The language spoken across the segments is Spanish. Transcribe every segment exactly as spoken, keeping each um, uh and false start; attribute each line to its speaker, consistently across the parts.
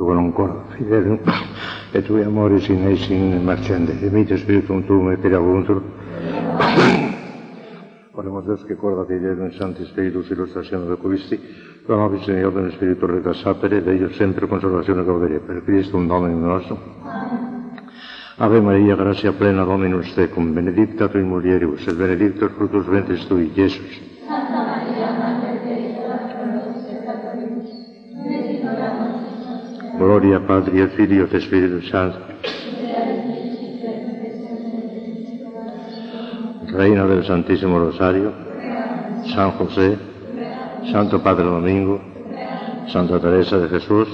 Speaker 1: con un coro fidel e tui amori sin essi in marcende e mite spiritum tuum et pereguntur. Oremos Deus que corda fidel in Sancti Spiritus illustrazione de Christi, pro nobis in Dio Spiritu Recta sapere, de Dio sempre conservazione gaudere, per Cristo un Domine nostro. Ave Maria, gratia plena Dominus tecum, benedicta tui mulieribus, et benedictus fructus ventris tui, Iesus.
Speaker 2: Santa Maria, Mater Dei, ora pro nobis peccatoribus, nunc et in hora mortis nostre.
Speaker 1: Gloria Patri et Filio et Spiritus Sancti. Reina del Santísimo Rosario, San José, Santo Padre Domingo, Santa Teresa de Jesús.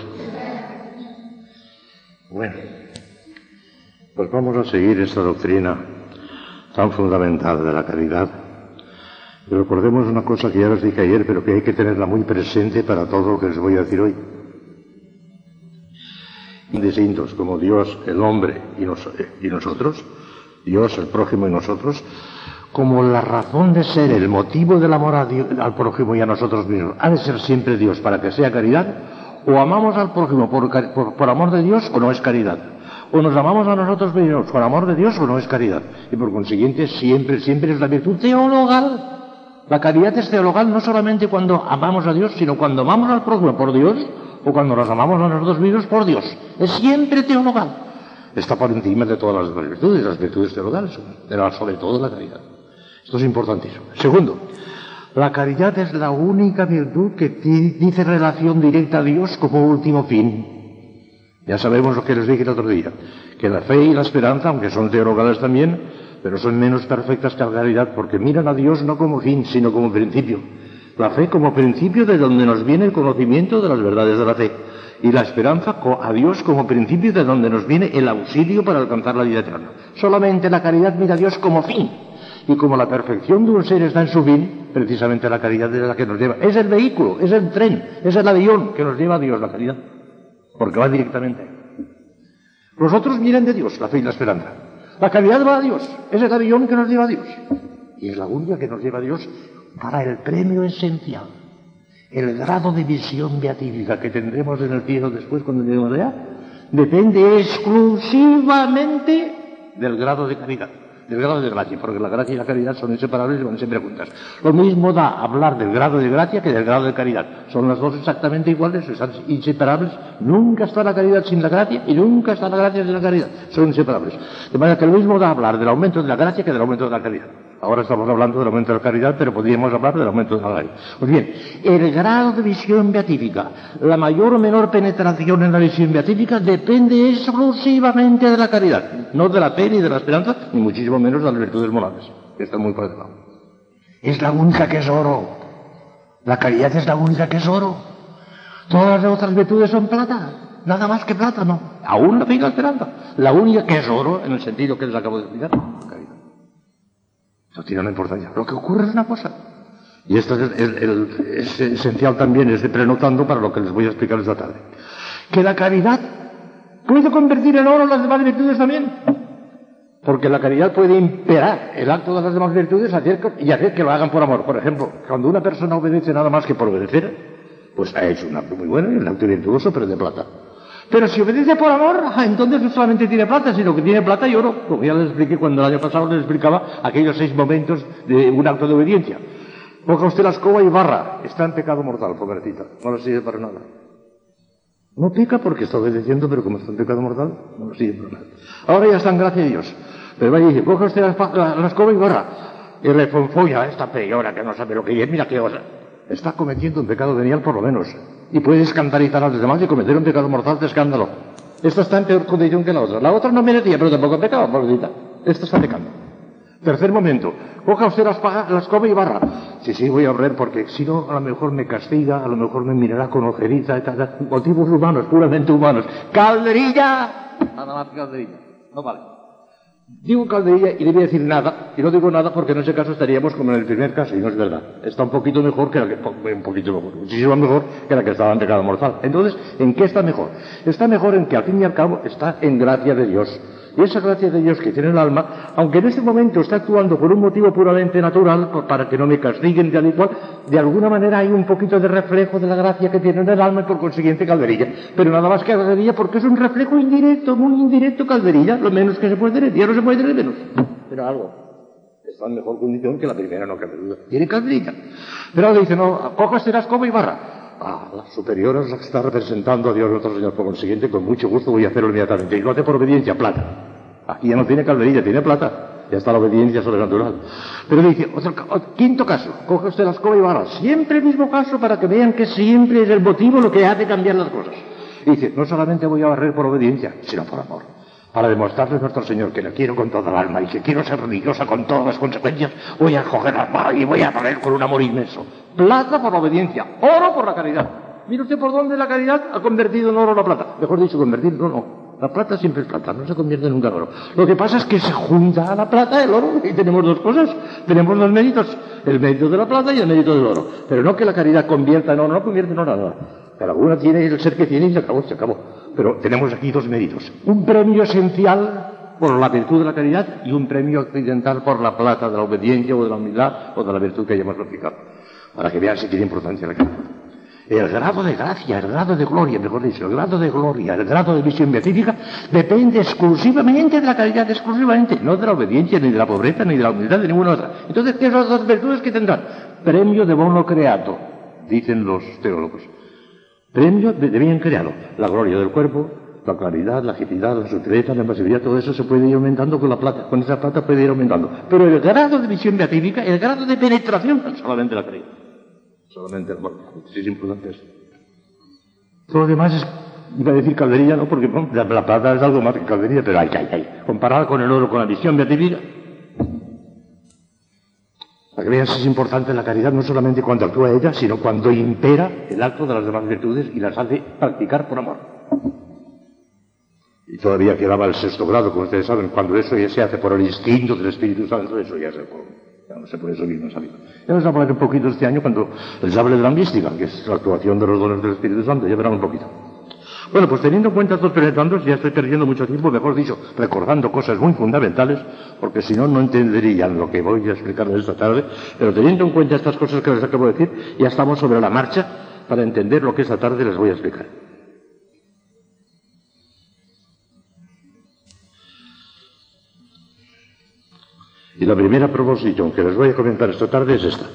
Speaker 1: Bueno, pues vamos a seguir esta doctrina tan fundamental de la caridad. Y recordemos una cosa que ya les dije ayer, pero que hay que tenerla muy presente para todo lo que les voy a decir hoy. Distintos como Dios, el hombre y, nos, y nosotros, Dios, el prójimo y nosotros, como la razón de ser, el motivo del amor a Dios, al prójimo y a nosotros mismos, ha de ser siempre Dios para que sea caridad, o amamos al prójimo por, por, por amor de Dios o no es caridad, o nos amamos a nosotros mismos por amor de Dios o no es caridad, y por consiguiente siempre, siempre es la virtud teologal. La caridad es teologal no solamente cuando amamos a Dios, sino cuando amamos al prójimo por Dios o cuando nos amamos a nosotros mismos por Dios. Es siempre teologal. Está por encima de todas las virtudes, las virtudes teologales, pero sobre todo la caridad. Esto es importantísimo. Segundo, la caridad es la única virtud que dice relación directa a Dios como último fin. Ya sabemos lo que les dije el otro día, que la fe y la esperanza, aunque son teologales también, pero son menos perfectas que la caridad, porque miran a Dios no como fin, sino como principio. La fe como principio de donde nos viene el conocimiento de las verdades de la fe. Y la esperanza a Dios como principio de donde nos viene el auxilio para alcanzar la vida eterna. Solamente la caridad mira a Dios como fin. Y como la perfección de un ser está en su fin, precisamente la caridad es la que nos lleva. Es el vehículo, es el tren, es el avión que nos lleva a Dios, la caridad. Porque va directamente. Los otros miran de Dios, la fe y la esperanza. La caridad va a Dios, es el avión que nos lleva a Dios. Y es la única que nos lleva a Dios para el premio esencial. El grado de visión beatífica que tendremos en el cielo después cuando lleguemos allá depende exclusivamente del grado de caridad, del grado de gracia, porque la gracia y la caridad son inseparables y van siempre juntas. Lo mismo da hablar del grado de gracia que del grado de caridad. Son las dos exactamente iguales, están inseparables. Nunca está la caridad sin la gracia y nunca está la gracia sin la caridad. Son inseparables. De manera que lo mismo da hablar del aumento de la gracia que del aumento de la caridad. Ahora estamos hablando del aumento de la caridad, pero podríamos hablar del aumento de la gracia. Pues bien, el grado de visión beatífica, la mayor o menor penetración en la visión beatífica depende exclusivamente de la caridad, no de la fe ni de la esperanza, ni muchísimo menos de las virtudes morales, que están muy por debajo. Es la única que es oro. La caridad es la única que es oro. Todas las otras virtudes son plata, nada más que plata, no. Aún la fe y la esperanza. La única que es oro, en el sentido que les acabo de explicar, caridad. No tiene una importancia. Lo que ocurre es una cosa. Y esto es, el, el, es esencial también, es de prenotando para lo que les voy a explicar esta tarde. Que la caridad puede convertir en oro las demás virtudes también. Porque la caridad puede imperar el acto de las demás virtudes y hacer que lo hagan por amor. Por ejemplo, cuando una persona obedece nada más que por obedecer, pues ha hecho un acto muy bueno y un acto virtuoso, pero de plata. Pero si obedece por amor, entonces no solamente tiene plata, sino que tiene plata y oro. Como ya les expliqué cuando el año pasado les explicaba aquellos seis momentos de un acto de obediencia. Coja usted la escoba y barra. Está en pecado mortal, pobrecita. No le sirve para nada. No peca porque está obedeciendo, pero como está en pecado mortal, no le sirve para nada. Ahora ya está en gracia de Dios. Pero vaya y dice, coja usted la, la, la escoba y barra. Y le fonfolla a esta peora que no sabe lo que es. Mira qué cosa. Está cometiendo un pecado venial por lo menos. Y puede escandalizar a los demás y cometer un pecado mortal de escándalo. Esta está en peor condición que la otra. La otra no merecía, pero tampoco pecaba, pobrecita. Esta está pecando. Tercer momento. Coja usted la, espada, la escoba y barra. Sí, sí, voy a ahorrar porque si no, a lo mejor me castiga, a lo mejor me mirará con ojeriza y tal, tal. Motivos humanos, puramente humanos. ¡Calderilla! Nada más que calderilla. No vale. Digo calderilla y le voy a decir nada, y no digo nada porque en ese caso estaríamos como en el primer caso, y no es verdad. Está un poquito mejor que la que, un poquito mejor, muchísimo mejor que la que estaba en pecado mortal. Entonces, ¿en qué está mejor? Está mejor en que al fin y al cabo está en gracia de Dios. Y esa gracia de Dios que tiene el alma, aunque en este momento está actuando por un motivo puramente natural, para que no me castiguen tal y cual, de alguna manera hay un poquito de reflejo de la gracia que tiene en el alma y por consiguiente calderilla. Pero nada más que calderilla porque es un reflejo indirecto, muy indirecto calderilla, lo menos que se puede tener. Ya no se puede tener menos. Pero algo. Está en mejor condición que la primera, no cabe duda. Tiene calderilla. Pero ahora dice, no, coja serás como y barra. Ah, la superior es la que está representando a Dios nuestro Señor. Por consiguiente, con mucho gusto voy a hacerlo inmediatamente. Y lo hace por obediencia, plata. Aquí ya no tiene calderilla, tiene plata. Ya está la obediencia sobrenatural. Pero dice, otro, otro, quinto caso, coge usted la escoba y barra. Siempre el mismo caso para que vean que siempre es el motivo lo que hace cambiar las cosas. Y dice, no solamente voy a barrer por obediencia, sino por amor. Para demostrarle a nuestro Señor que le quiero con toda el alma y que quiero ser religiosa con todas las consecuencias, voy a coger la barra y voy a barrer con un amor inmenso. Plata por la obediencia, oro por la caridad. Mire usted por dónde la caridad ha convertido en oro la plata. Mejor dicho, convertir, no, no. La plata siempre es plata, no se convierte nunca en oro. Lo que pasa es que se junta a la plata el oro y tenemos dos cosas. Tenemos dos méritos, el mérito de la plata y el mérito del oro. Pero no que la caridad convierta en oro, no convierte en oro nada. Cada una tiene el ser que tiene y se acabó, se acabó. Pero tenemos aquí dos méritos. Un premio esencial por la virtud de la caridad y un premio accidental por la plata de la obediencia o de la humildad o de la virtud que hayamos aplicado. Para que vean si tiene importancia la caridad. El grado de gracia, el grado de gloria, mejor dicho, el grado de gloria, el grado de visión beatífica, depende exclusivamente de la caridad, exclusivamente, no de la obediencia, ni de la pobreza, ni de la humildad, de ninguna otra. Entonces, ¿qué son las dos virtudes que tendrán? Premio de bono creato, dicen los teólogos. Premio de, de bien creado. La gloria del cuerpo, la claridad, la agilidad, la sutileza, la pasividad, todo eso se puede ir aumentando con la plata. Con esa plata puede ir aumentando. Pero el grado de visión beatífica, el grado de penetración, solamente la caridad. Solamente el amor. Sí es importante eso. Todo lo demás es, iba a decir calderilla, no, porque bueno, la, la plata es algo más que calderilla, pero ay, ay, ay. Comparada con el oro, con la visión beatífica. Para que vean si es importante la caridad, no solamente cuando actúa ella, sino cuando impera el acto de las demás virtudes y las hace practicar por amor. Y todavía quedaba el sexto grado, como ustedes saben, cuando eso ya se hace por el instinto del Espíritu Santo, eso ya se pone. Ya no se puede subir más arriba. Ya vamos a hablar un poquito este año cuando les hable de la mística, que es la actuación de los dones del Espíritu Santo, ya verán un poquito. Bueno, pues teniendo en cuenta estos penetrandos, ya estoy perdiendo mucho tiempo, mejor dicho, recordando cosas muy fundamentales, porque si no, no entenderían lo que voy a explicarles esta tarde, pero teniendo en cuenta estas cosas que les acabo de decir, ya estamos sobre la marcha para entender lo que esta tarde les voy a explicar. Y la primera proposición que les voy a comentar esta tarde es esta.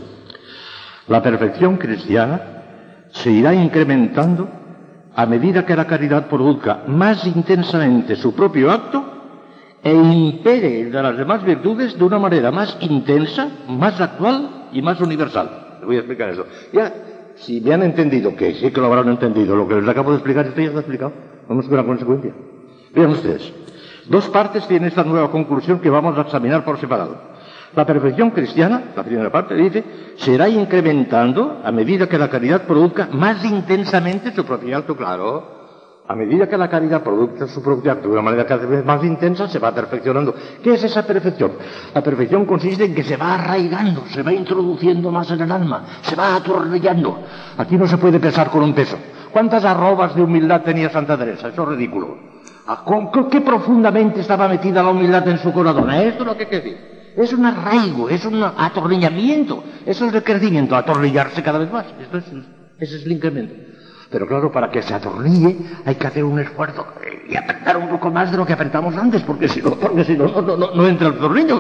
Speaker 1: La perfección cristiana se irá incrementando a medida que la caridad produzca más intensamente su propio acto e impere de las demás virtudes de una manera más intensa, más actual y más universal. Les voy a explicar eso. Ya, si me han entendido, que sí que lo habrán entendido, lo que les acabo de explicar, esto ya está explicado. Vamos con la consecuencia. Vean ustedes. Dos partes tiene esta nueva conclusión que vamos a examinar por separado. La perfección cristiana, la primera parte, dice, será incrementando a medida que la caridad produzca más intensamente su propio acto, claro. A medida que la caridad produzca su propio acto de una manera cada vez más intensa, se va perfeccionando. ¿Qué es esa perfección? La perfección consiste en que se va arraigando, se va introduciendo más en el alma, se va atornillando. Aquí no se puede pesar con un peso. ¿Cuántas arrobas de humildad tenía Santa Teresa? Eso es ridículo. ¿Qué profundamente estaba metida la humildad en su corazón? Esto es lo que hay que decir. Es un arraigo, es un atornillamiento. Eso es el crecimiento, atornillarse cada vez más. Esto es, ese es el incremento. Pero claro, para que se atornille hay que hacer un esfuerzo y apretar un poco más de lo que apretamos antes, porque si no, porque si no, no, no, no entra el tornillo.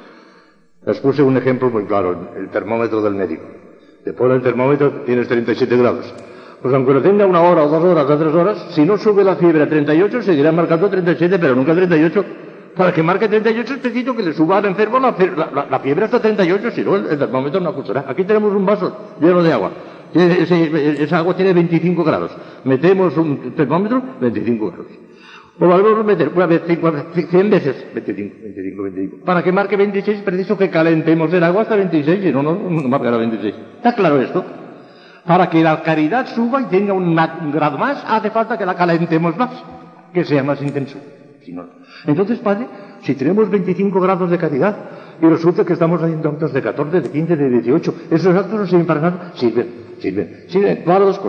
Speaker 1: Les puse un ejemplo muy claro, el termómetro del médico. Te pone el termómetro, tienes treinta y siete grados. Pues aunque lo tenga una hora o dos horas o tres horas, si no sube la fiebre a treinta y ocho, seguirá marcando treinta y siete, pero nunca treinta y ocho. Para que marque treinta y ocho es preciso que le suba al enfermo la, la, la fiebre hasta treinta y ocho, si no, el, el termómetro no acusará. Aquí tenemos un vaso lleno de agua. Ese, esa agua tiene veinticinco grados. Metemos un termómetro, veinticinco grados. O volvemos a meter una vez, cien veces, veinticinco, veinticinco, veinticinco. Para que marque veintiséis, es preciso que calentemos el agua hasta veintiséis, si no, no, no marcará veintiséis. ¿Está claro esto? Para que la caridad suba y tenga un, un grado más, hace falta que la calentemos más, que sea más intenso. Si no, entonces, padre, si tenemos veinticinco grados de caridad y resulta que estamos haciendo actos de catorce, de quince, de dieciocho, esos actos no sirven para nada, sirven, sirven, sirven para dos cosas.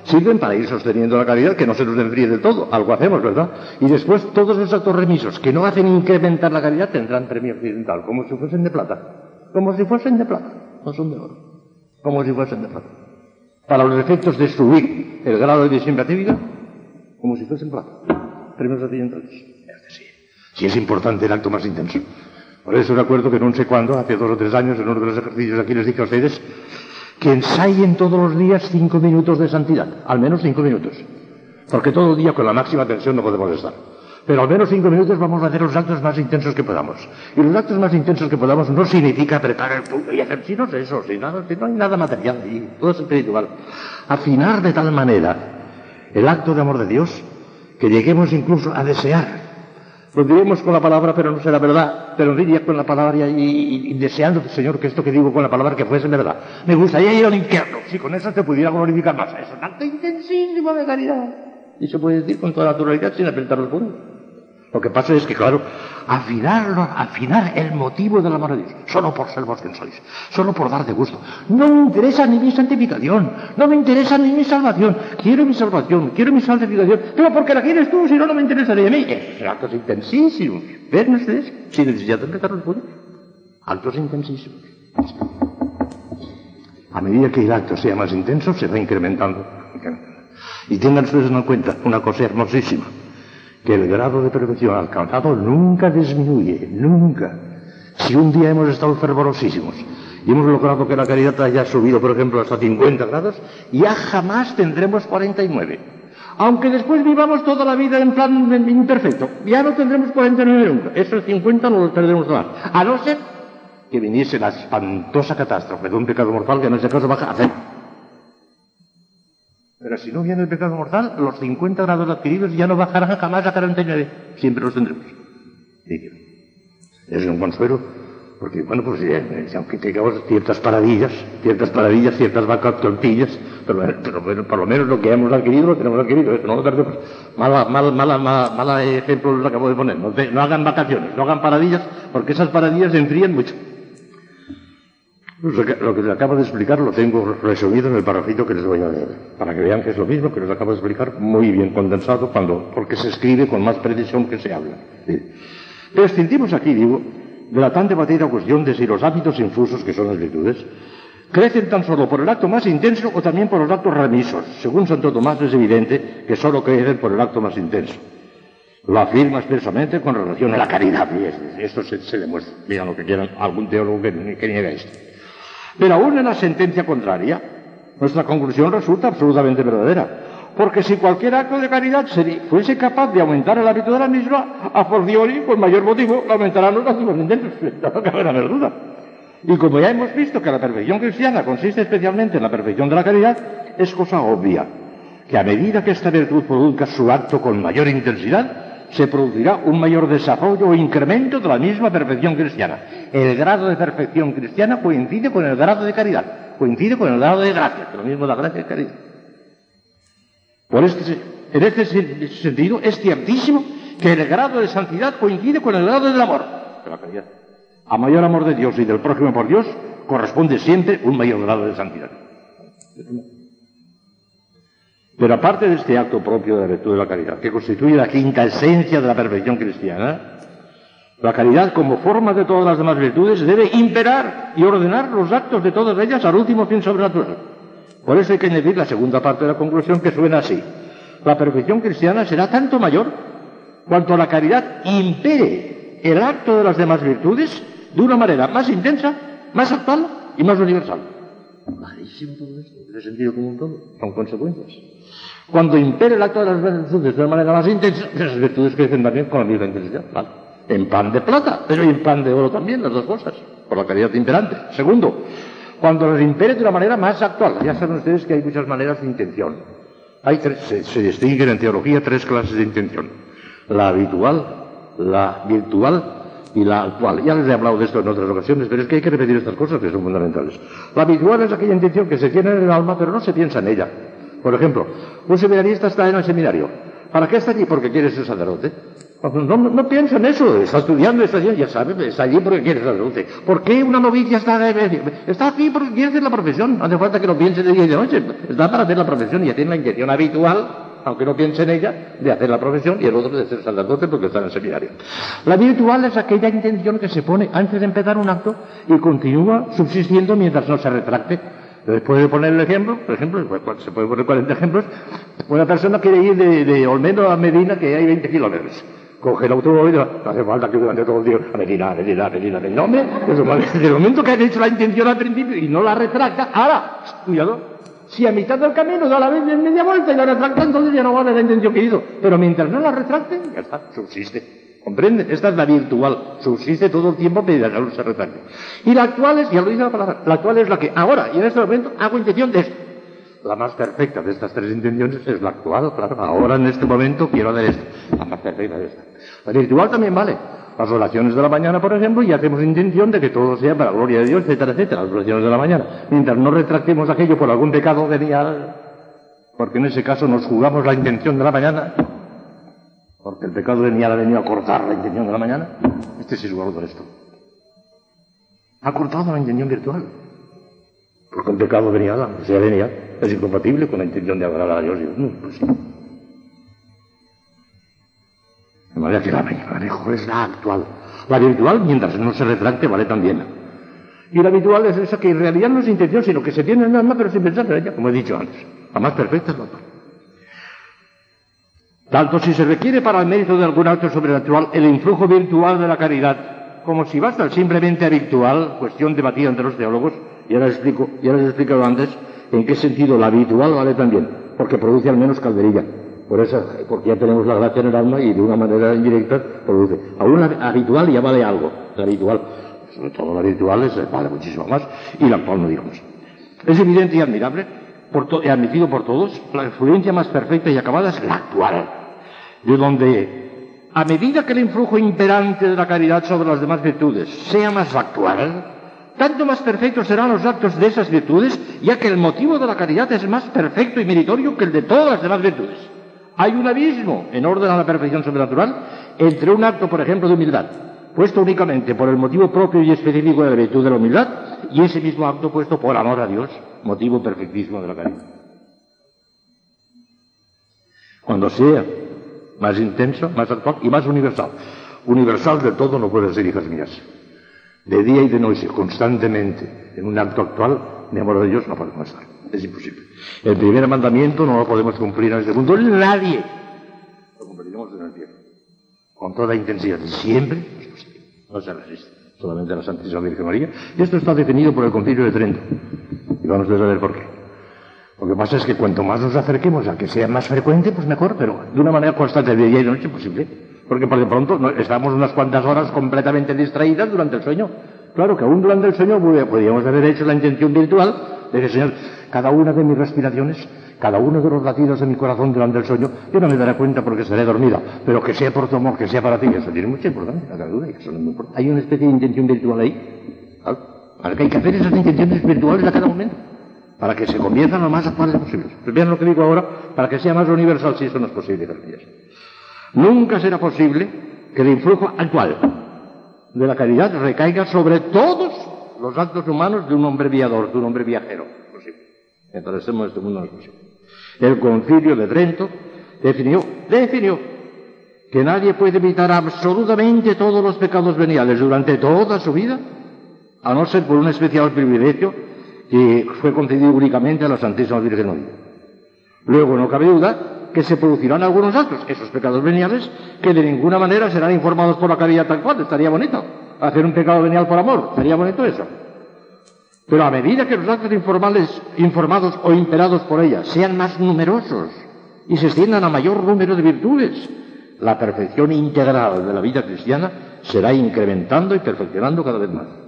Speaker 1: sirven para ir sosteniendo la caridad, que no se nos enfríe del todo. Algo hacemos, ¿verdad? Y después todos los actos remisos que no hacen incrementar la caridad tendrán premio occidental, como si fuesen de plata. Como si fuesen de plata, no son de oro. Como si fuesen de plata. Para los efectos de subir el grado de disimpatividad, como si fuesen plata. Premios occidentales. Sí, sí es importante el acto más intenso. Por eso recuerdo que no sé cuándo, hace dos o tres años, en uno de los ejercicios aquí les dije a ustedes que ensayen todos los días cinco minutos de santidad. Al menos cinco minutos. Porque todo el día con la máxima tensión no podemos estar. Pero al menos cinco minutos vamos a hacer los actos más intensos que podamos. Y los actos más intensos que podamos no significa apretar el puño y hacer, si no es eso, si, nada, si no hay nada material, y todo es espiritual. Afinar de tal manera el acto de amor de Dios que lleguemos incluso a desear. Lo diremos con la palabra, pero no será verdad. Pero diría con la palabra y, y, y deseando, Señor, que esto que digo con la palabra que fuese verdad. Me gustaría ir al infierno. Si con eso te pudiera glorificar más. Es un acto intensísimo de caridad. Y se puede decir con toda naturalidad sin apretar los puños. Lo que pasa es que, claro, afinarlo, afinar el motivo del amor a Dios, solo por ser vos quien sois, solo por dar de gusto. No me interesa ni mi santificación, no me interesa ni mi salvación. Quiero mi salvación, quiero mi santificación, pero porque la quieres tú, si no, no me interesaría a mí. Es actos intensísimos. ¿Ven ustedes? Sin necesidad de apretar los puños. Actos intensísimos. A medida que el acto sea más intenso, se va incrementando. Y tengan ustedes en cuenta una cosa hermosísima. Que el grado de perfección alcanzado nunca disminuye, nunca. Si un día hemos estado fervorosísimos y hemos logrado que la caridad haya subido, por ejemplo, hasta cincuenta grados, ya jamás tendremos cuarenta y nueve. Aunque después vivamos toda la vida en plan imperfecto, ya no tendremos cuarenta y nueve nunca. Esos cincuenta no los tendremos más. A no ser que viniese la espantosa catástrofe de un pecado mortal que en ese caso baja a cero. Pero si no viene el pecado mortal, los cincuenta grados adquiridos ya no bajarán jamás a cuarenta y nueve. Siempre los tendremos. Es un consuelo, porque, bueno, pues eh, aunque tengamos ciertas paradillas, ciertas paradillas, ciertas vacas tortillas, pero, pero bueno, por lo menos lo que hemos adquirido lo tenemos adquirido. Eso no lo perdemos. Mala, mala, mala, mala, mala ejemplo lo acabo de poner. No, te, no hagan vacaciones, no hagan paradillas, porque esas paradillas se enfrían mucho. Lo que les acabo de explicar lo tengo resumido en el parrafito que les voy a leer, para que vean que es lo mismo que les acabo de explicar, muy bien condensado, cuando, porque se escribe con más precisión que se habla. ¿Sí? Prescindimos aquí, digo, de la tan debatida cuestión de si los hábitos infusos, que son las virtudes, crecen tan solo por el acto más intenso o también por los actos remisos. Según Santo Tomás es evidente que solo crecen por el acto más intenso. Lo afirma expresamente con relación a la caridad. Y esto se, se demuestra. Digan lo que quieran, algún teólogo que, que niegue esto. Pero aún en la sentencia contraria, nuestra conclusión resulta absolutamente verdadera. Porque si cualquier acto de caridad sería, fuese capaz de aumentar el hábito de la misma, a fortiori, con mayor motivo, aumentarán los actos intentos. No cabe la menor duda. Y como ya hemos visto que la perfección cristiana consiste especialmente en la perfección de la caridad, es cosa obvia que a medida que esta virtud produzca su acto con mayor intensidad, se producirá un mayor desarrollo o incremento de la misma perfección cristiana. El grado de perfección cristiana coincide con el grado de caridad, coincide con el grado de gracia, que lo mismo da gracia que caridad. Por este, en este sentido, es ciertísimo que el grado de santidad coincide con el grado del amor, de la caridad. A mayor amor de Dios y del prójimo por Dios, corresponde siempre un mayor grado de santidad. Pero aparte de este acto propio de la virtud de la caridad, que constituye la quinta esencia de la perfección cristiana, la caridad, como forma de todas las demás virtudes, debe imperar y ordenar los actos de todas ellas al último fin sobrenatural. Por eso hay que añadir la segunda parte de la conclusión, que suena así. La perfección cristiana será tanto mayor cuanto la caridad impere el acto de las demás virtudes de una manera más intensa, más actual y más universal. Clarísimo todo esto, tiene sentido común todo, son consecuencias. Cuando impere el acto de las virtudes de una manera más intensa, esas virtudes crecen también con la misma intensidad, ¿vale? En pan de plata, pero en pan de oro también, las dos cosas, por la caridad imperante. Segundo, cuando las impere de una manera más actual. Ya saben ustedes que hay muchas maneras de intención. Hay tres, se, se distinguen en teología tres clases de intención: la habitual, la virtual y la actual. Ya les he hablado de esto en otras ocasiones, pero es que hay que repetir estas cosas que son fundamentales. La habitual es aquella intención que se tiene en el alma, pero no se piensa en ella. Por ejemplo, un seminarista está en el seminario. ¿Para qué está allí? Porque quiere ser sacerdote. No, no piensa en eso, está estudiando, está, ya sabe, está allí porque quiere sacerdote. ¿Por qué una novicia está, está aquí porque quiere hacer la profesión? No hace falta que lo piense de día y de noche, está para hacer la profesión y ya tiene la intención habitual, aunque no piense en ella, de hacer la profesión y el otro de ser sacerdote porque está en el seminario. La virtual es aquella intención que se pone antes de empezar un acto y continúa subsistiendo mientras no se retracte. Después de poner el ejemplo, por ejemplo, se puede poner cuarenta ejemplos, una persona quiere ir de, de Olmedo a Medina, que hay veinte kilómetros. Coge el automóvil, no hace falta que durante todo el día, a Medina, a Medina, a Medina, a Medina. No, hombre, desde el momento que has hecho la intención al principio y no la retracta, ahora, cuidado, si a mitad del camino da la media vuelta y la retracta, entonces ya no vale la intención que hizo. Pero mientras no la retracte, ya está, subsiste. ¿Comprende? Esta es la virtual, subsiste todo el tiempo mientras no se retracte. Y la actual es, ya lo dice la palabra, la actual es la que ahora y en este momento hago intención de esto. La más perfecta de estas tres intenciones es la actual, claro. Ahora, en este momento, quiero hacer esto. La más perfecta de esta. La virtual también vale. Las oraciones de la mañana, por ejemplo, y hacemos intención de que todo sea para la gloria de Dios, etcétera, etcétera. Las oraciones de la mañana. Mientras no retractemos aquello por algún pecado venial, porque en ese caso nos jugamos la intención de la mañana, porque el pecado venial ha venido a cortar la intención de la mañana. Este sí es guardador esto. Ha cortado la intención virtual. Porque el pecado venial, aunque sea venial, es incompatible con la intención de agradar a Dios. No, pues no. De manera que la mejor es la actual. La virtual, mientras no se retracte, vale también. Y la habitual es esa que en realidad no es intención, sino que se tiene en el alma, pero sin pensar en ella, como he dicho antes. La más perfecta es la actual. Tanto si se requiere para el mérito de algún acto sobrenatural el influjo virtual de la caridad, como si basta el simplemente habitual, cuestión debatida entre los teólogos, y ahora les explico, ya les he explicado antes en qué sentido la habitual vale también, porque produce al menos calderilla. Por eso, porque ya tenemos la gracia en el alma y de una manera indirecta produce. Aún la habitual ya vale algo, la habitual, sobre todo la habitual es, vale muchísimo más, y la actual no digamos. Es evidente y admirable, por to, y admitido por todos, la influencia más perfecta y acabada es la actual, de donde, a medida que el influjo imperante de la caridad sobre las demás virtudes sea más actual, tanto más perfectos serán los actos de esas virtudes, ya que el motivo de la caridad es más perfecto y meritorio que el de todas las demás virtudes. Hay un abismo, en orden a la perfección sobrenatural, entre un acto, por ejemplo, de humildad, puesto únicamente por el motivo propio y específico de la virtud de la humildad, y ese mismo acto puesto por amor a Dios, motivo perfectísimo de la caridad. Cuando sea más intenso, más actual y más universal. Universal de todo no puede ser, hijas mías. De día y de noche, constantemente, en un acto actual, de amor a Dios no podemos estar. Es imposible. El primer mandamiento no lo podemos cumplir en este mundo. Nadie lo cumpliremos en el cielo. Con toda intensidad. Siempre es posible. No se resiste. Solamente la Santísima Virgen María. Y esto está definido por el Concilio de Trento. Y vamos a ver por qué. Lo que pasa es que cuanto más nos acerquemos a que sea más frecuente, pues mejor, pero de una manera constante de día y de noche posible. Porque por de pronto no, estamos unas cuantas horas completamente distraídas durante el sueño. Claro que aún durante el sueño podríamos haber hecho la intención virtual de que, Señor, cada una de mis respiraciones, cada uno de los latidos de mi corazón durante el sueño, yo no me daré cuenta porque estaré dormida, pero que sea por tu amor, que sea para ti, eso tiene mucha importancia, no cabe duda, eso no me importa. Hay una especie de intención virtual ahí. ¿Claro? Ahora que hay que hacer esas intenciones virtuales a cada momento, para que se conviertan lo más actuales posibles. Pues vean lo que digo ahora, para que sea más universal, si eso no es posible, hermanos. Nunca será posible que el influjo actual de la caridad recaiga sobre todos los actos humanos de un hombre viador, de un hombre viajero. Posible. Mientras estemos en este mundo no es posible. El Concilio de Trento definió, definió que nadie puede evitar absolutamente todos los pecados veniales durante toda su vida, a no ser por un especial privilegio que fue concedido únicamente a la Santísima Virgen María. Luego no cabe duda que se producirán algunos actos, esos pecados veniales, que de ninguna manera serán informados por la caridad tal cual. Estaría bonito hacer un pecado venial por amor, estaría bonito eso. Pero a medida que los actos informales, informados o imperados por ella sean más numerosos y se extiendan a mayor número de virtudes, la perfección integral de la vida cristiana será incrementando y perfeccionando cada vez más.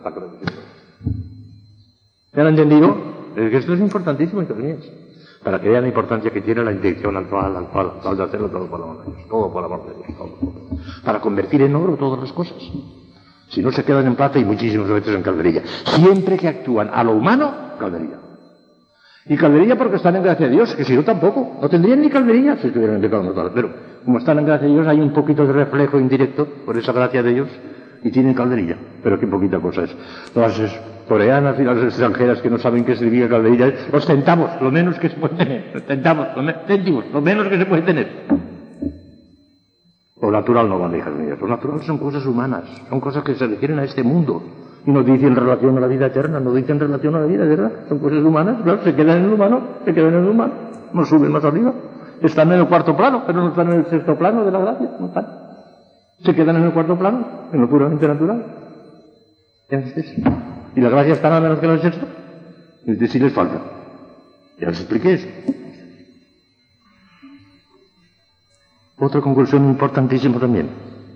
Speaker 1: ¿Me han entendido? Es que esto es importantísimo, hijos míos, para que vean la importancia que tiene la intención actual, actual, actual de hacerlo todo por amor de Dios, todo por amor de Dios, todo, todo. Para convertir en oro todas las cosas. Si no se quedan en plata y muchísimas veces en calderilla. Siempre que actúan a lo humano, calderilla. Y calderilla porque están en gracia de Dios, que si no tampoco. No tendrían ni calderilla si estuvieran en pecado mortal. Pero como están en gracia de Dios, hay un poquito de reflejo indirecto por esa gracia de Dios y tienen calderilla. Pero qué poquita cosa es. Todas esas coreanas y las extranjeras que no saben qué significa calderilla, los tentamos, lo menos que se puede tener. Los tentamos, lo, me tentimos, lo menos que se puede tener. Lo natural no vale, hijas mías. Lo natural son cosas humanas, son cosas que se refieren a este mundo. Y no dicen relación a la vida eterna, no dicen relación a la vida, ¿verdad? Son cosas humanas, claro, se quedan en el humano, se quedan en el humano, no suben más arriba. Están en el cuarto plano, pero no están en el sexto plano de la gracia, no están. Se quedan en el cuarto plano, en lo puramente natural. ¿Entiendes? Y la gracia está nada menos que en el sexto. Entonces sí les falta. Ya les expliqué eso. Otra conclusión importantísima también.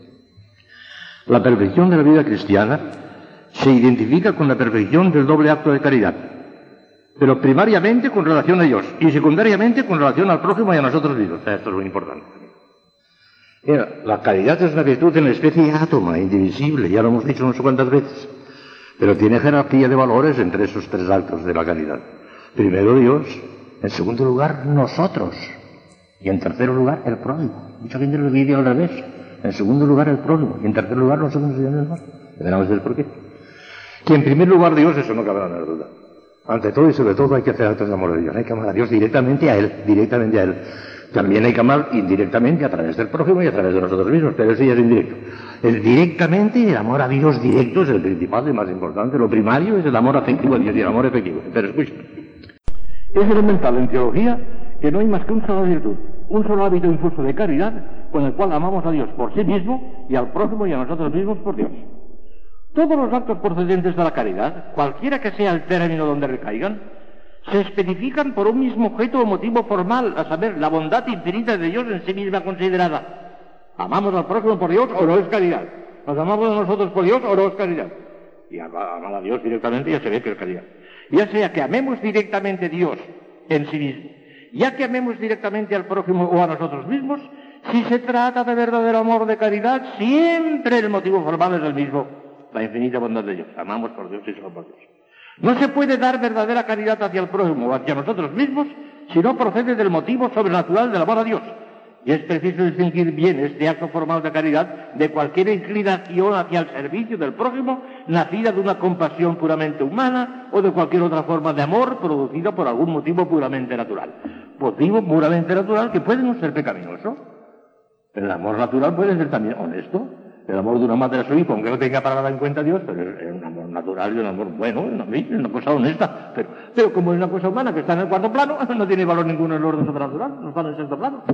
Speaker 1: La perfección de la vida cristiana se identifica con la perfección del doble acto de caridad, pero primariamente con relación a Dios y secundariamente con relación al prójimo y a nosotros mismos. Esto es muy importante. Mira, la caridad es una virtud en la especie átoma, indivisible, ya lo hemos dicho no sé cuántas veces, pero tiene jerarquía de valores entre esos tres actos de la caridad. Primero Dios, en segundo lugar nosotros, y en tercer lugar el prójimo. Mucha gente lo divide al revés. En segundo lugar el prójimo, y en tercer lugar nosotros y el hermano. Veremos el por qué. Que en primer lugar Dios, eso no cabe la menor duda. Ante todo y sobre todo hay que hacer actos de amor a Dios. Hay que amar a Dios directamente a Él, directamente a Él. También hay que amar indirectamente a través del prójimo y a través de nosotros mismos, pero eso ya es indirecto. El directamente, el amor a Dios directo es el principal y más importante. Lo primario es el amor afectivo a Dios y el amor efectivo. Pero escucha. Es elemental en teología que no hay más que un solo virtud, un solo hábito infuso de caridad con el cual amamos a Dios por sí mismo y al prójimo y a nosotros mismos por Dios. Todos los actos procedentes de la caridad, cualquiera que sea el término donde recaigan, se especifican por un mismo objeto o motivo formal, a saber, la bondad infinita de Dios en sí misma considerada. ¿Amamos al prójimo por Dios o no es caridad? ¿Nos amamos a nosotros por Dios o no es caridad? Y amar a Dios directamente ya se ve que es caridad. Ya sea que amemos directamente a Dios en sí mismo, ya que amemos directamente al prójimo o a nosotros mismos, si se trata de verdadero amor de caridad, siempre el motivo formal es el mismo, la infinita bondad de Dios. Amamos por Dios y solo por Dios. No se puede dar verdadera caridad hacia el prójimo o hacia nosotros mismos si no procede del motivo sobrenatural del amor a Dios. Y es preciso distinguir bien este acto formal de caridad de cualquier inclinación hacia el servicio del prójimo nacida de una compasión puramente humana o de cualquier otra forma de amor producida por algún motivo puramente natural. Motivo puramente natural que puede no ser pecaminoso. El amor natural puede ser también honesto. El amor de una madre a su hijo, aunque no tenga para nada en cuenta Dios, pero es un amor natural y un amor bueno, es una cosa honesta. Pero, pero como es una cosa humana que está en el cuarto plano, no tiene valor ninguno en el orden sobrenatural, no está en el sexto plano.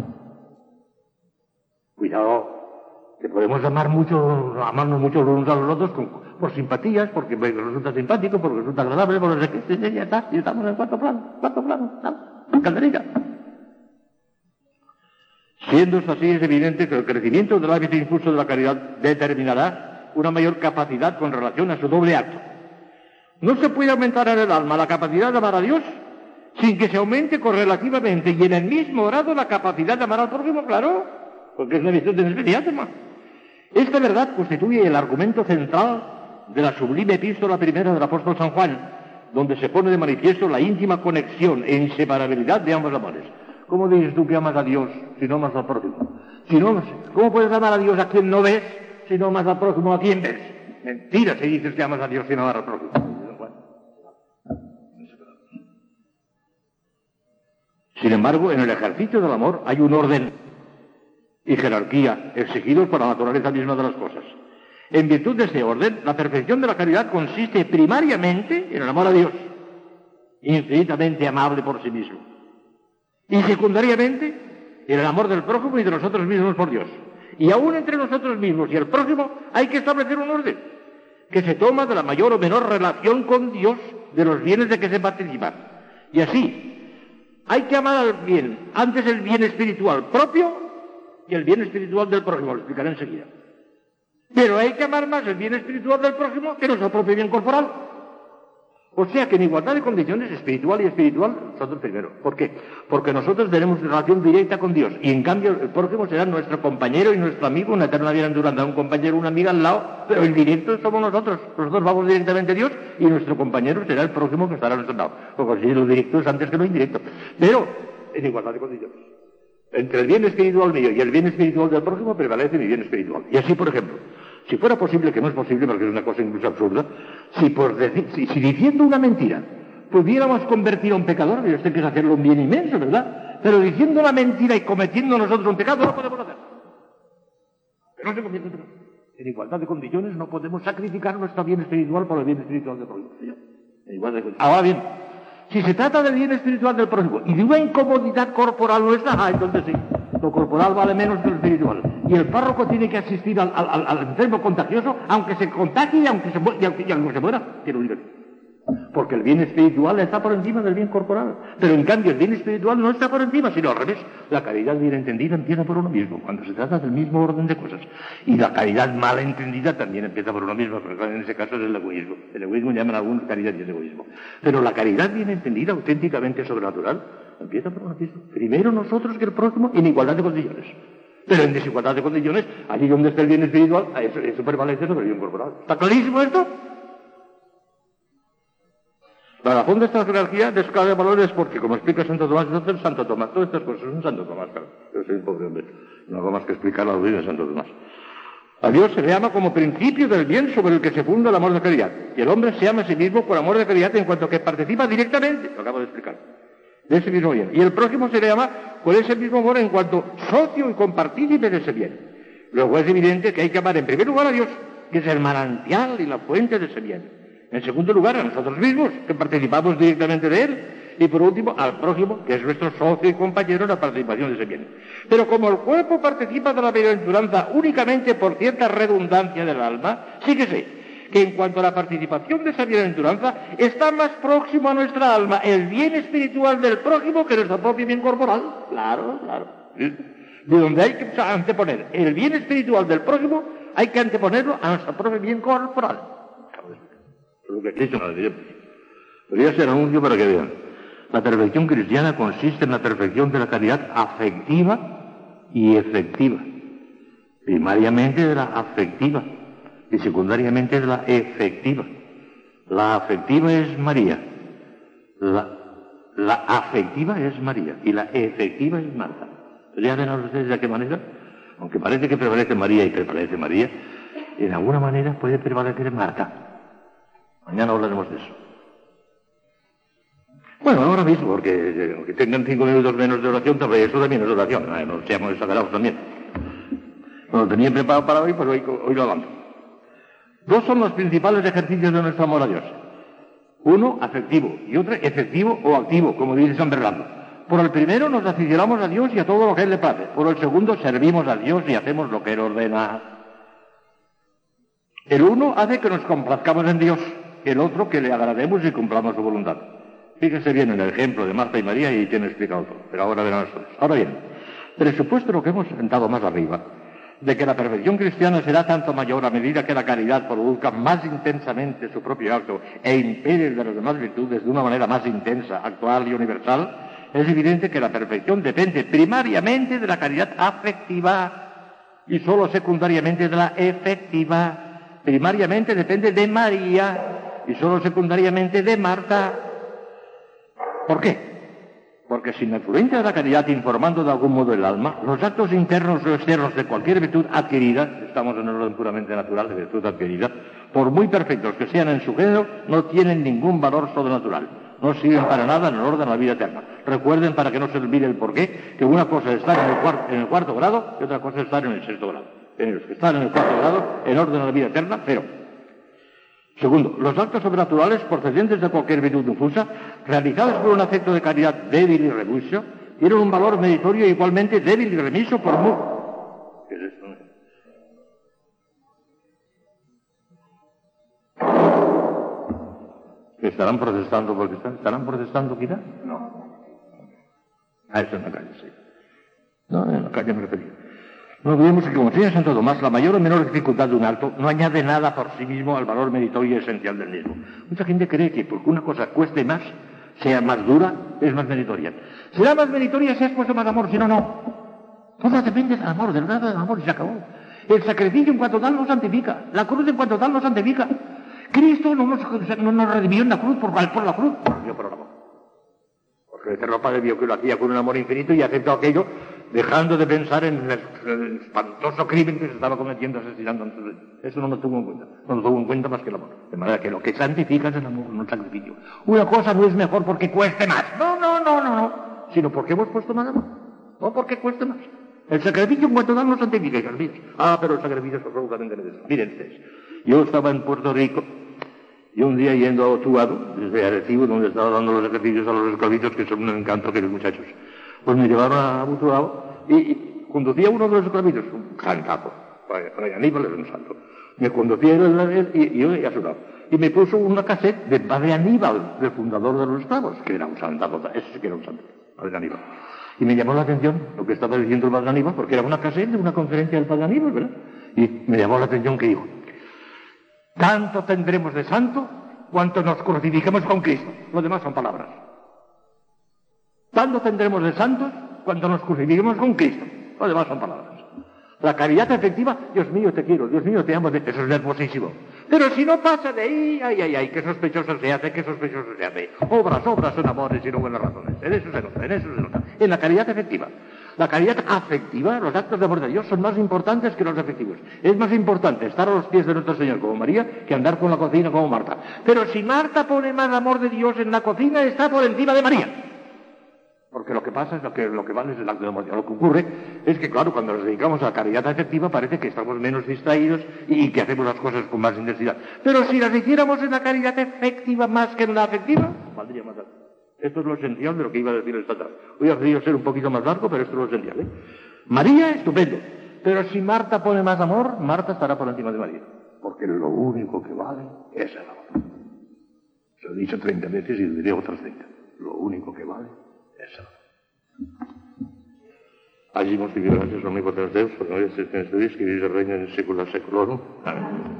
Speaker 1: Cuidado, que podemos amar mucho, amarnos mucho los unos a los otros con, por simpatías, porque resulta simpático, porque resulta agradable, porque no sé qué, ya está, ya estamos en el cuarto plano, cuarto plano, ¿no? Calderita. Siendo eso así, es evidente que el crecimiento del hábito infuso de la caridad determinará una mayor capacidad con relación a su doble acto. No se puede aumentar en el alma la capacidad de amar a Dios sin que se aumente correlativamente y en el mismo grado la capacidad de amar al prójimo, claro, porque es una virtud de especial. Esta verdad constituye el argumento central de la sublime epístola primera del apóstol San Juan, donde se pone de manifiesto la íntima conexión e inseparabilidad de ambos amores. ¿Cómo dices tú que amas a Dios si no amas al prójimo? Si no, ¿cómo puedes amar a Dios a quien no ves si no amas al prójimo a quien ves? Mentira si dices que amas a Dios si no amas al prójimo. Sin embargo, en el ejercicio del amor hay un orden y jerarquía exigidos por la naturaleza misma de las cosas. En virtud de ese orden, la perfección de la caridad consiste primariamente en el amor a Dios, infinitamente amable por sí mismo. Y secundariamente, en el amor del prójimo y de nosotros mismos por Dios. Y aún entre nosotros mismos y el prójimo hay que establecer un orden que se toma de la mayor o menor relación con Dios de los bienes de que se participan. Y así, hay que amar al bien, antes el bien espiritual propio y el bien espiritual del prójimo, lo explicaré enseguida. Pero hay que amar más el bien espiritual del prójimo que nuestro propio bien corporal. O sea que en igualdad de condiciones, espiritual y espiritual, nosotros primero. ¿Por qué? Porque nosotros tenemos relación directa con Dios, y en cambio el prójimo será nuestro compañero y nuestro amigo, una eterna bienaventuranza, un compañero, una amiga al lado, pero el directo somos nosotros. Nosotros vamos directamente a Dios y nuestro compañero será el prójimo que estará a nuestro lado. Porque si lo directo es antes que lo indirecto. Pero en igualdad de condiciones. Entre el bien espiritual mío y el bien espiritual del prójimo prevalece mi bien espiritual. Y así, por ejemplo, si fuera posible, que no es posible porque es una cosa incluso absurda, si, por decir, si, si diciendo una mentira pudiéramos convertir a un pecador, y esto hay que hacerlo un bien inmenso, ¿verdad? Pero diciendo una mentira y cometiendo nosotros un pecado, no podemos hacerlo. Pero no se convierte en pecado. En igualdad de condiciones no podemos sacrificar nuestro bien espiritual por el bien espiritual del prójimo. En igualdad de condiciones. Ahora bien, si se trata del bien espiritual del prójimo y de una incomodidad corporal nuestra, ah, entonces sí, lo corporal vale menos que lo espiritual. Y el párroco tiene que asistir al, al, al enfermo contagioso, aunque se contagie y aunque se, y aunque, y aunque se muera, quiero decir. Porque el bien espiritual está por encima del bien corporal. Pero en cambio el bien espiritual no está por encima, sino al revés. La caridad bien entendida empieza por uno mismo, cuando se trata del mismo orden de cosas. Y la caridad mal entendida también empieza por uno mismo, porque en ese caso es el egoísmo. El egoísmo llaman algunos caridad y el egoísmo. Pero la caridad bien entendida, auténticamente sobrenatural, empieza por uno mismo. Primero nosotros que el prójimo, en igualdad de condiciones. Pero en desigualdad de condiciones, allí donde está el bien espiritual, eso, eso prevalece sobre el bien corporal. ¿Está clarísimo esto? La razón de esta jerarquía de escala de valores es porque, como explica Santo Tomás, entonces Santo Tomás, todas estas cosas son Santo Tomás, claro. Yo soy un pobre hombre, no hago más que explicar la vida de Santo Tomás. A Dios se le ama como principio del bien sobre el que se funda el amor de caridad. Y el hombre se ama a sí mismo por amor de caridad en cuanto que participa directamente, lo acabo de explicar, de ese mismo bien. Y el prójimo se le ama por ese mismo amor en cuanto socio y compartícipe de ese bien. Luego es evidente que hay que amar en primer lugar a Dios, que es el manantial y la fuente de ese bien. En segundo lugar, a nosotros mismos, que participamos directamente de él. Y por último, al prójimo, que es nuestro socio y compañero en la participación de ese bien. Pero como el cuerpo participa de la bienaventuranza únicamente por cierta redundancia del alma, síguese que en cuanto a la participación de esa bienaventuranza, está más próximo a nuestra alma el bien espiritual del prójimo que nuestro propio bien corporal. Claro, claro. De donde hay que anteponer el bien espiritual del prójimo, hay que anteponerlo a nuestro propio bien corporal. Lo que he dicho, podría ser anuncio para que vean. La perfección cristiana consiste en la perfección de la caridad afectiva y efectiva. Primariamente de la afectiva y secundariamente de la efectiva. La afectiva es María. La, la afectiva es María y la efectiva es Marta. ¿Ya ven ustedes de qué manera? Aunque parece que prevalece María y prevalece María, en alguna manera puede prevalecer Marta. Mañana hablaremos de eso. Bueno, ahora mismo, porque aunque tengan cinco minutos menos de oración, también eso también es oración. No seamos exagerados también. Lo tenía preparado para hoy, pues hoy, hoy lo avanzo. Dos son los principales ejercicios de nuestro amor a Dios. Uno, afectivo, y otro, efectivo o activo, como dice San Bernardo. Por el primero nos aficionamos a Dios y a todo lo que Él le place. Por el segundo, servimos a Dios y hacemos lo que Él ordena. El uno hace que nos complazcamos en Dios. El otro que le agrademos y cumplamos su voluntad. Fíjese bien en el ejemplo de Marta y María y tiene explicado todo. Pero ahora verán nosotros. Ahora bien, presupuesto lo que hemos sentado más arriba, de que la perfección cristiana será tanto mayor a medida que la caridad produzca más intensamente su propio acto e impere el de las demás virtudes de una manera más intensa, actual y universal, es evidente que la perfección depende primariamente de la caridad afectiva y solo secundariamente de la efectiva. Primariamente depende de María y solo secundariamente de Marta. ¿Por qué? Porque sin la influencia de la caridad informando de algún modo el alma, los actos internos o externos de cualquier virtud adquirida, estamos en un orden puramente natural de virtud adquirida, por muy perfectos que sean en su género, no tienen ningún valor sobrenatural. No sirven para nada en el orden de la vida eterna. Recuerden, para que no se olvide el porqué, que una cosa es estar en el, cuarto, en el cuarto grado y otra cosa es estar en el sexto grado. En los que están en el cuarto grado, en orden de la vida eterna, cero. Segundo, los actos sobrenaturales procedentes de cualquier virtud infusa, realizados por un afecto de caridad débil y remiso, tienen un valor meritorio igualmente débil y remiso por muy... ¿Qué es esto? ¿Estarán protestando porque están? ¿Estarán protestando quizá? No. Ah, eso en la calle, sí. No, en la calle me refería. No olvidemos que, como enseña Santo Tomás, la mayor o menor dificultad de un acto no añade nada por sí mismo al valor meritorio y esencial del mismo. Mucha gente cree que porque una cosa cueste más, sea más dura, es más meritoria. Será más meritoria si has puesto más amor, si no, no. Todo depende del amor, del grado del amor, y se acabó. El sacrificio en cuanto tal nos santifica. La cruz en cuanto tal nos santifica. Cristo no nos, no nos redimió en la cruz por, por la cruz, yo por el amor. Porque el Eterno Padre vio que lo hacía con un amor infinito y aceptó aquello, dejando de pensar en el, el espantoso crimen que se estaba cometiendo asesinando a nosotros. Eso no lo tuvo en cuenta. No lo tuvo en cuenta más que el amor. De manera que lo que santifica es el amor, no el sacrificio. Una cosa no es mejor porque cueste más. No, no, no, no, no. Sino porque hemos puesto más amor. No porque cueste más. El sacrificio en cuanto tal no santifica, hijas mías. Ah, pero el sacrificio es absolutamente necesario. Miren ustedes. Yo estaba en Puerto Rico y un día yendo a Otuado, desde Arecibo, donde estaba dando los sacrificios a los esclavitos, que son un encanto aquellos muchachos. Pues me llevaron a Otuado y, y conducía uno de los esclavitos, un santazo. Fray Aníbal era un santo. Me conducía él, él y, y yo a su lado. Y me puso una cassette de Padre Aníbal, del fundador de los esclavos, que era un santazo. Ese sí que era un santo, Padre Aníbal. Y me llamó la atención lo que estaba diciendo el Padre Aníbal, porque era una cassette de una conferencia del Padre Aníbal, ¿verdad? Y me llamó la atención que dijo: tanto tendremos de santo cuanto nos crucifiquemos con Cristo. Lo demás son palabras. Tanto tendremos de santos cuanto nos crucifiquemos con Cristo. Lo demás son palabras. La caridad efectiva, Dios mío te quiero, Dios mío te amo, eso es hermosísimo. Pero si no pasa de ahí, ay, ay, ay, qué sospechoso se hace, qué sospechoso se hace. Obras, obras son amores y no buenas razones. En eso se nota, en eso se nota. En la caridad efectiva. La caridad afectiva, los actos de amor de Dios son más importantes que los efectivos. Es más importante estar a los pies de nuestro Señor como María que andar con la cocina como Marta. Pero si Marta pone más amor de Dios en la cocina, está por encima de María. Porque lo que pasa es lo que, lo que vale es el acto de amor. Lo que ocurre es que, claro, cuando nos dedicamos a la caridad afectiva parece que estamos menos distraídos y que hacemos las cosas con más intensidad. Pero si las hiciéramos en la caridad efectiva más que en la afectiva, valdría más alto. Esto es lo esencial de lo que iba a decir esta tarde. Hoy ha podido ser un poquito más largo, pero esto es lo esencial, ¿eh? María, estupendo. Pero si Marta pone más amor, Marta estará por encima de María. Porque lo único que vale es el amor. Se lo he dicho treinta veces y lo diré otras treinta. Lo único que vale es el amor. Allí hemos vivido gracias a omnipotens Deus, por no existencia de Dios, que vive y reina en século seculorum. Amén.